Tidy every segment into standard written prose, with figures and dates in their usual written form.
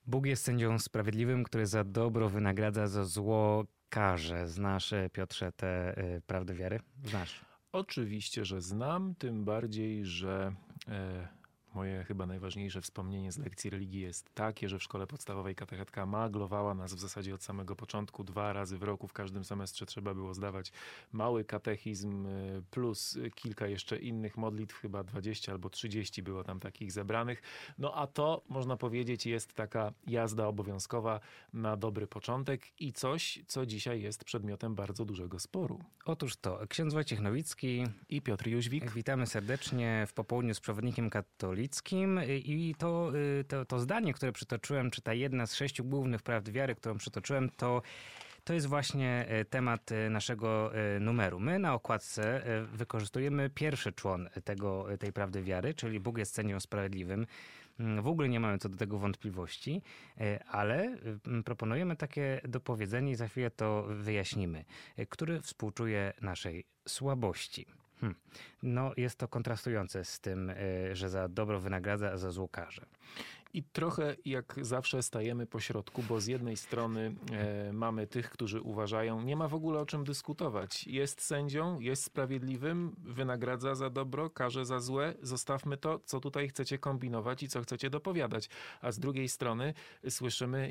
Bóg jest sędzią sprawiedliwym, który za dobro wynagradza, za zło karze. Znasz, Piotrze, te prawdy wiary? Znasz. Oczywiście, że znam, tym bardziej, że moje chyba najważniejsze wspomnienie z lekcji religii jest takie, że w szkole podstawowej katechetka maglowała nas w zasadzie od samego początku. 2 razy w roku, w każdym semestrze trzeba było zdawać mały katechizm plus kilka jeszcze innych modlitw, chyba 20 albo 30 było tam takich zebranych. No a to, można powiedzieć, jest taka jazda obowiązkowa na dobry początek i coś, co dzisiaj jest przedmiotem bardzo dużego sporu. Otóż to, ksiądz Wojciech Nowicki I Piotr Jóźwik. Witamy serdecznie w popołudniu z przewodnikiem katolickim i to zdanie, które przytoczyłem, czy ta jedna z 6 głównych prawd wiary, którą przytoczyłem, to jest właśnie temat naszego numeru. My na okładce wykorzystujemy pierwszy człon tej prawdy wiary, czyli Bóg jest sędzią sprawiedliwym. W ogóle nie mamy co do tego wątpliwości, ale proponujemy takie dopowiedzenie i za chwilę to wyjaśnimy, który współczuje naszej słabości. No, jest to kontrastujące z tym, że za dobro wynagradza, a za zło karze. I trochę jak zawsze stajemy po środku, bo z jednej strony mamy tych, którzy uważają, nie ma w ogóle o czym dyskutować. Jest sędzią, jest sprawiedliwym, wynagradza za dobro, karze za złe. Zostawmy to, co tutaj chcecie kombinować i co chcecie dopowiadać. A z drugiej strony słyszymy,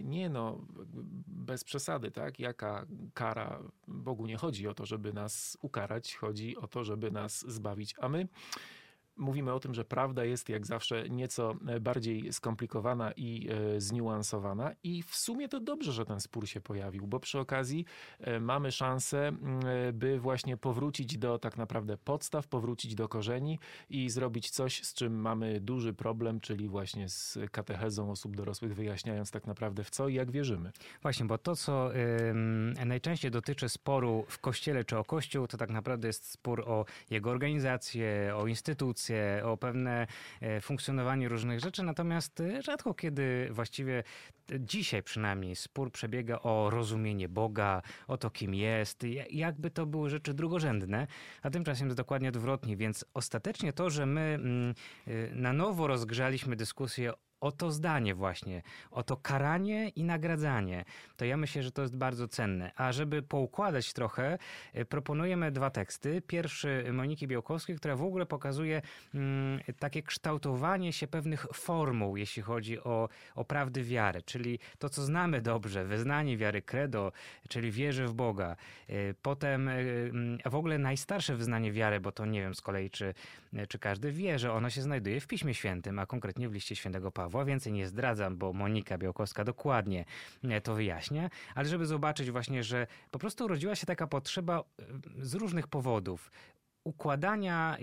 bez przesady, tak? Jaka kara? Bogu nie chodzi o to, żeby nas ukarać, chodzi o to, żeby nas zbawić. A my mówimy o tym, że prawda jest jak zawsze nieco bardziej skomplikowana i zniuansowana i w sumie to dobrze, że ten spór się pojawił, bo przy okazji mamy szansę, by właśnie powrócić do tak naprawdę podstaw, powrócić do korzeni i zrobić coś, z czym mamy duży problem, czyli właśnie z katechezą osób dorosłych, wyjaśniając tak naprawdę w co i jak wierzymy. Właśnie, bo to, co najczęściej dotyczy sporu w kościele czy o kościół, to tak naprawdę jest spór o jego organizację, o instytucje, o pewne funkcjonowanie różnych rzeczy, natomiast rzadko kiedy właściwie dzisiaj przynajmniej spór przebiega o rozumienie Boga, o to kim jest, jakby to były rzeczy drugorzędne, a tymczasem jest dokładnie odwrotnie, więc ostatecznie to, że my na nowo rozgrzaliśmy dyskusję o to zdanie właśnie, o to karanie i nagradzanie. To ja myślę, że to jest bardzo cenne. A żeby poukładać trochę, proponujemy 2 teksty. Pierwszy Moniki Białkowskiej, która w ogóle pokazuje takie kształtowanie się pewnych formuł, jeśli chodzi o prawdy wiary, czyli to, co znamy dobrze, wyznanie wiary, credo, czyli wierzę w Boga. Potem, a w ogóle najstarsze wyznanie wiary, bo to nie wiem z kolei, czy każdy wie, że ono się znajduje w Piśmie Świętym, a konkretnie w liście świętego Pawła. Więcej nie zdradzam, bo Monika Białkowska dokładnie to wyjaśnia, ale żeby zobaczyć właśnie, że po prostu urodziła się taka potrzeba z różnych powodów układania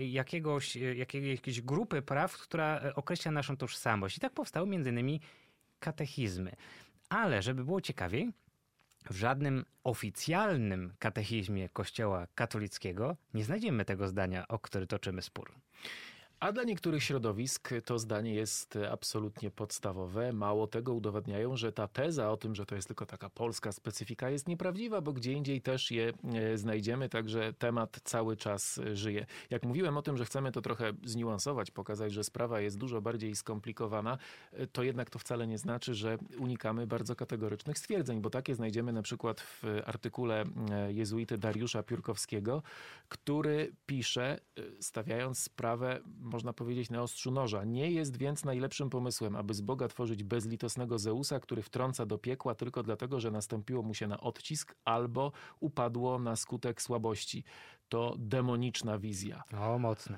jakiejś grupy praw, która określa naszą tożsamość. I tak powstały między innymi katechizmy. Ale żeby było ciekawiej, w żadnym oficjalnym katechizmie Kościoła katolickiego nie znajdziemy tego zdania, o który toczymy spór. A dla niektórych środowisk to zdanie jest absolutnie podstawowe. Mało tego, udowadniają, że ta teza o tym, że to jest tylko taka polska specyfika, jest nieprawdziwa, bo gdzie indziej też je znajdziemy, także temat cały czas żyje. Jak mówiłem o tym, że chcemy to trochę zniuansować, pokazać, że sprawa jest dużo bardziej skomplikowana, to jednak to wcale nie znaczy, że unikamy bardzo kategorycznych stwierdzeń, bo takie znajdziemy na przykład w artykule jezuity Dariusza Piórkowskiego, który pisze, stawiając sprawę, można powiedzieć, na ostrzu noża. Nie jest więc najlepszym pomysłem, aby z Boga tworzyć bezlitosnego Zeusa, który wtrąca do piekła tylko dlatego, że nastąpiło mu się na odcisk albo upadło na skutek słabości. To demoniczna wizja. O, mocne.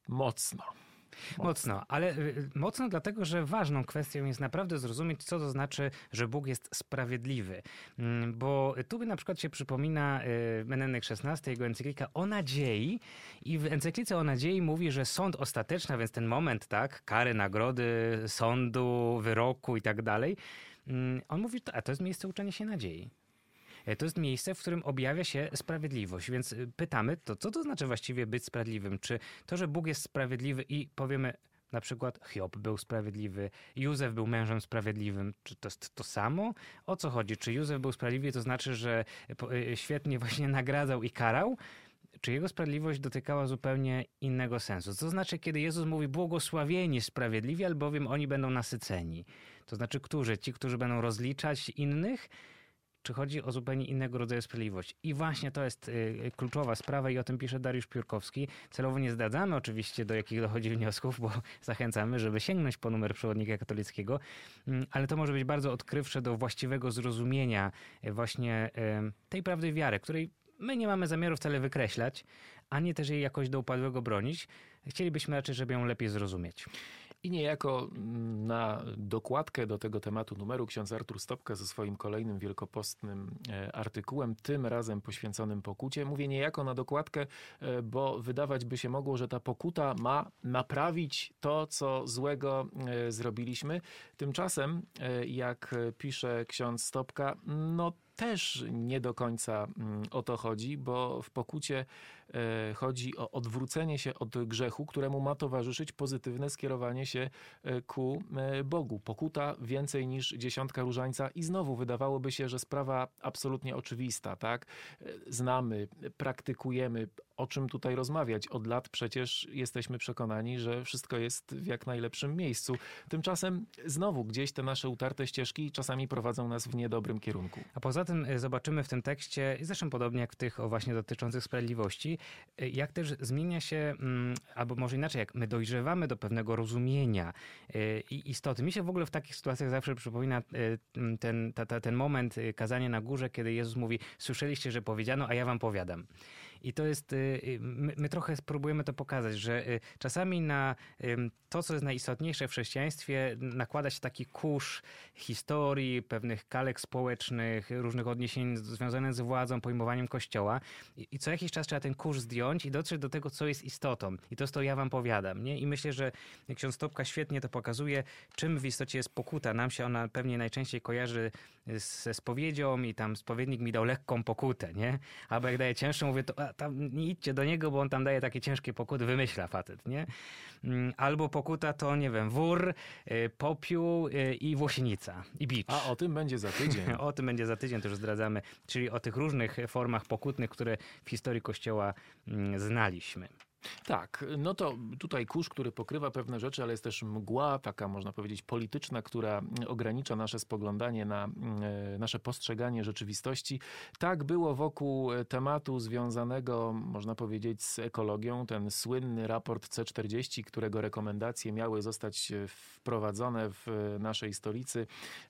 Mocno, ale mocno dlatego, że ważną kwestią jest naprawdę zrozumieć, co to znaczy, że Bóg jest sprawiedliwy. Bo tu by na przykład się przypomina Benedykt XVI, jego encyklika o nadziei i w encyklice o nadziei mówi, że sąd ostateczny, a więc ten moment, tak, kary, nagrody, sądu, wyroku i tak dalej, on mówi, a to jest miejsce uczenia się nadziei. To jest miejsce, w którym objawia się sprawiedliwość. Więc pytamy, to co to znaczy właściwie być sprawiedliwym? Czy to, że Bóg jest sprawiedliwy i powiemy na przykład Hiob był sprawiedliwy, Józef był mężem sprawiedliwym, czy to jest to samo? O co chodzi? Czy Józef był sprawiedliwy, to znaczy, że świetnie właśnie nagradzał i karał? czy jego sprawiedliwość dotykała zupełnie innego sensu? To znaczy, kiedy Jezus mówi błogosławieni sprawiedliwi, albowiem oni będą nasyceni. To znaczy, którzy? Ci, którzy będą rozliczać innych? Czy chodzi o zupełnie innego rodzaju sprawiedliwość? I właśnie to jest kluczowa sprawa i o tym pisze Dariusz Piórkowski. Celowo nie zdradzamy oczywiście, do jakich dochodzi wniosków, bo zachęcamy, żeby sięgnąć po numer przewodnika katolickiego, ale to może być bardzo odkrywcze do właściwego zrozumienia właśnie tej prawdy wiary, której my nie mamy zamiaru wcale wykreślać, ani też jej jakoś do upadłego bronić. Chcielibyśmy raczej, żeby ją lepiej zrozumieć. I niejako na dokładkę do tego tematu numeru ksiądz Artur Stopka ze swoim kolejnym wielkopostnym artykułem, tym razem poświęconym pokucie. Mówię niejako na dokładkę, bo wydawać by się mogło, że ta pokuta ma naprawić to, co złego zrobiliśmy. Tymczasem, jak pisze ksiądz Stopka, no też nie do końca o to chodzi, bo w pokucie chodzi o odwrócenie się od grzechu, któremu ma towarzyszyć pozytywne skierowanie się ku Bogu. Pokuta więcej niż 10 różańca i znowu wydawałoby się, że sprawa absolutnie oczywista, tak? Znamy, praktykujemy, o czym tutaj rozmawiać. Od lat przecież jesteśmy przekonani, że wszystko jest w jak najlepszym miejscu. Tymczasem znowu gdzieś te nasze utarte ścieżki czasami prowadzą nas w niedobrym kierunku. A poza tym zobaczymy w tym tekście, zresztą podobnie jak w tych właśnie dotyczących sprawiedliwości, jak też zmienia się, albo może inaczej, jak my dojrzewamy do rozumienia i istoty. Mi się w ogóle w takich sytuacjach zawsze przypomina ten moment kazania na górze, kiedy Jezus mówi: słyszeliście, że powiedziano, a ja wam powiadam. I to jest, my trochę spróbujemy to pokazać, że czasami na to, co jest najistotniejsze w chrześcijaństwie, nakłada się taki kurz historii, pewnych kalek społecznych, różnych odniesień związanych z władzą, pojmowaniem Kościoła. I co jakiś czas trzeba ten kurz zdjąć i dotrzeć do tego, co jest istotą. I to jest to ja wam powiadam. Nie? I myślę, że ksiądz Stopka świetnie to pokazuje, czym w istocie jest pokuta. Nam się ona pewnie najczęściej kojarzy ze spowiedzią i tam spowiednik mi dał lekką pokutę, nie? Albo jak daje cięższą, mówię, to tam nie idźcie do niego, bo on tam daje takie ciężkie pokuty, wymyśla facet, nie? Albo pokuta to, nie wiem, wór, popiół i włosienica i bicz. A o tym będzie za tydzień. O tym będzie za tydzień, to już zdradzamy, czyli o tych różnych formach pokutnych, które w historii Kościoła znaliśmy. Tak, no to tutaj kurz, który pokrywa pewne rzeczy, ale jest też mgła, taka można powiedzieć polityczna, która ogranicza nasze spoglądanie na nasze postrzeganie rzeczywistości. Tak było wokół tematu związanego, można powiedzieć, z ekologią. Ten słynny raport C40, którego rekomendacje miały zostać wprowadzone w naszej stolicy,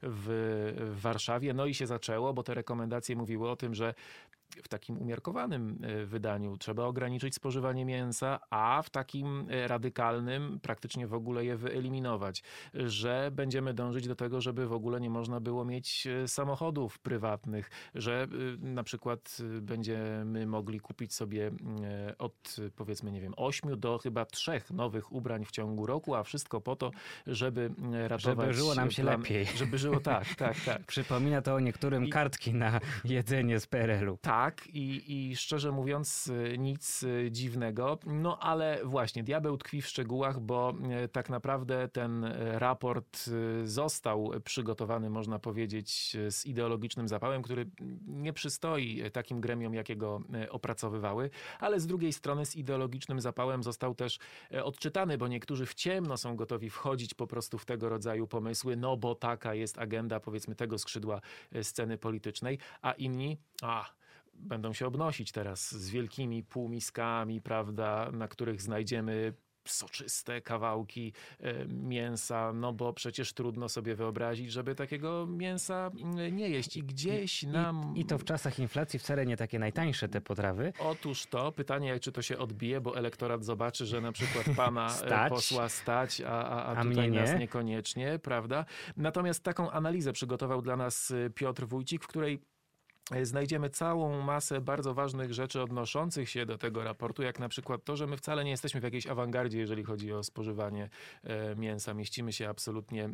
w Warszawie. No i się zaczęło, bo te rekomendacje mówiły o tym, że w takim umiarkowanym wydaniu trzeba ograniczyć spożywanie mięsa, a w takim radykalnym praktycznie w ogóle je wyeliminować. Że będziemy dążyć do tego, żeby w ogóle nie można było mieć samochodów prywatnych, że na przykład będziemy mogli kupić sobie od, powiedzmy, nie wiem, 8 do chyba 3 nowych ubrań w ciągu roku, a wszystko po to, żeby ratować... Żeby żyło nam się lepiej. Żeby żyło, tak. Przypomina to niektórym kartki na jedzenie z PRL-u. Tak, i szczerze mówiąc nic dziwnego, no ale właśnie diabeł tkwi w szczegółach, bo tak naprawdę ten raport został przygotowany, można powiedzieć, z ideologicznym zapałem, który nie przystoi takim gremiom, jakiego opracowywały, ale z drugiej strony z ideologicznym zapałem został też odczytany, bo niektórzy w ciemno są gotowi wchodzić po prostu w tego rodzaju pomysły, no bo taka jest agenda, powiedzmy, tego skrzydła sceny politycznej, a inni, będą się obnosić teraz z wielkimi półmiskami, prawda, na których znajdziemy soczyste kawałki mięsa, no bo przecież trudno sobie wyobrazić, żeby takiego mięsa nie jeść. I gdzieś nam... I to w czasach inflacji wcale nie takie najtańsze te potrawy. Otóż to, pytanie, czy to się odbije, bo elektorat zobaczy, że na przykład pana posła stać, a tutaj mnie nas niekoniecznie, prawda? Natomiast taką analizę przygotował dla nas Piotr Wójcik, w której znajdziemy całą masę bardzo ważnych rzeczy odnoszących się do tego raportu, jak na przykład to, że my wcale nie jesteśmy w jakiejś awangardzie, jeżeli chodzi o spożywanie mięsa. Mieścimy się absolutnie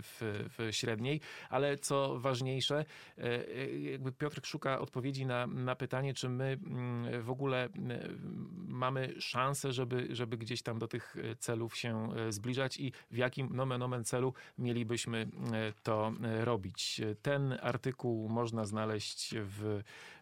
w średniej, ale co ważniejsze, jakby Piotr szuka odpowiedzi na pytanie, czy my w ogóle mamy szansę, żeby gdzieś tam do tych celów się zbliżać i w jakim nomen omen celu mielibyśmy to robić. Ten artykuł można znaleźć w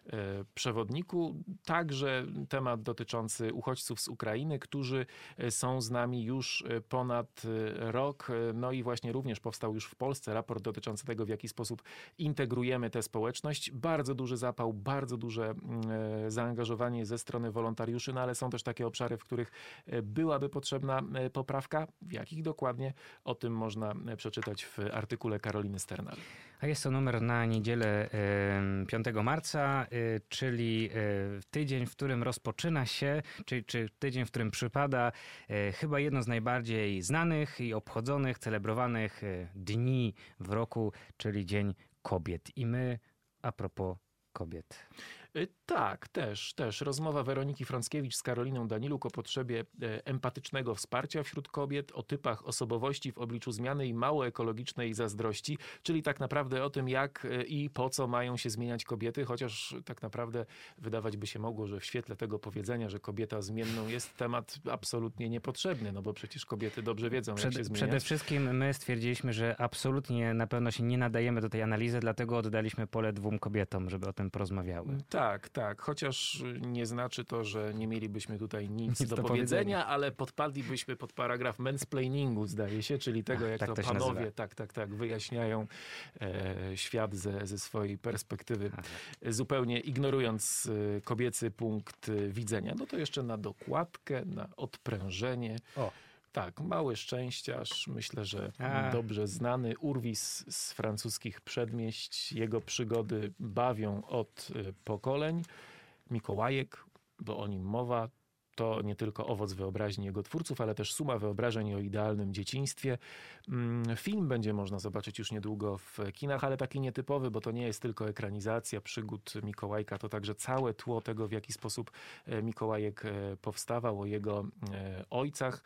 przewodniku. Także temat dotyczący uchodźców z Ukrainy, którzy są z nami już ponad rok. No i właśnie również powstał już w Polsce raport dotyczący tego, w jaki sposób integrujemy tę społeczność. Bardzo duży zapał, bardzo duże zaangażowanie ze strony wolontariuszy, no ale są też takie obszary, w których byłaby potrzebna poprawka. W jakich dokładnie? O tym można przeczytać w artykule Karoliny Sternal. A jest to numer na niedzielę 5 marca, czyli tydzień, w którym rozpoczyna się, czy tydzień, w którym przypada chyba jedno z najbardziej znanych i obchodzonych, celebrowanych dni w roku, czyli Dzień Kobiet. I my a propos kobiet. Tak, też. Rozmowa Weroniki Frąckiewicz z Karoliną Daniluk o potrzebie empatycznego wsparcia wśród kobiet, o typach osobowości w obliczu zmiany i mało ekologicznej zazdrości, czyli tak naprawdę o tym, jak i po co mają się zmieniać kobiety, chociaż tak naprawdę wydawać by się mogło, że w świetle tego powiedzenia, że kobieta zmienną jest temat absolutnie niepotrzebny, no bo przecież kobiety dobrze wiedzą, jak się zmieniać. Przede wszystkim my stwierdziliśmy, że absolutnie na pewno się nie nadajemy do tej analizy, dlatego oddaliśmy pole 2 kobietom, żeby o tym porozmawiały. Tak. Chociaż nie znaczy to, że nie mielibyśmy tutaj nic do powiedzenia, ale podpadlibyśmy pod paragraf mansplainingu, zdaje się, czyli tego, jak to panowie wyjaśniają świat ze swojej perspektywy, zupełnie ignorując kobiecy punkt widzenia. No to jeszcze na dokładkę, na odprężenie. Tak, mały szczęściarz, myślę, że dobrze znany, urwis z francuskich przedmieść. Jego przygody bawią od pokoleń. Mikołajek, bo o nim mowa, to nie tylko owoc wyobraźni jego twórców, ale też suma wyobrażeń o idealnym dzieciństwie. Film będzie można zobaczyć już niedługo w kinach, ale taki nietypowy, bo to nie jest tylko ekranizacja przygód Mikołajka, to także całe tło tego, w jaki sposób Mikołajek powstawał, o jego ojcach,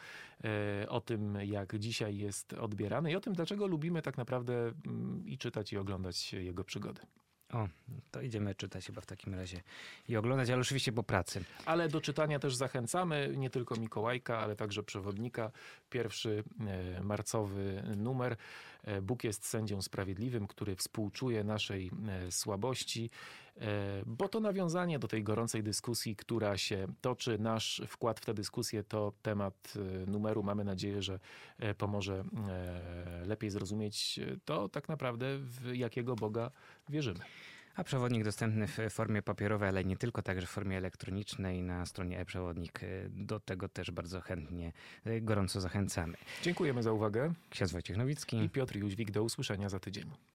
o tym, jak dzisiaj jest odbierany i o tym, dlaczego lubimy tak naprawdę i czytać, i oglądać jego przygody. To idziemy czytać chyba w takim razie i oglądać, ale oczywiście po pracy. Ale do czytania też zachęcamy, nie tylko Mikołajka, ale także przewodnika. 1 marcowy numer. Bóg jest sędzią sprawiedliwym, który współczuje naszej słabości, bo to nawiązanie do tej gorącej dyskusji, która się toczy. Nasz wkład w tę dyskusję to temat numeru. Mamy nadzieję, że pomoże lepiej zrozumieć to tak naprawdę, w jakiego Boga wierzymy. A przewodnik dostępny w formie papierowej, ale nie tylko, także w formie elektronicznej na stronie e-przewodnik. Do tego też bardzo chętnie, gorąco zachęcamy. Dziękujemy za uwagę. Ksiądz Wojciech Nowicki I Piotr Jóźwik. Do usłyszenia za tydzień.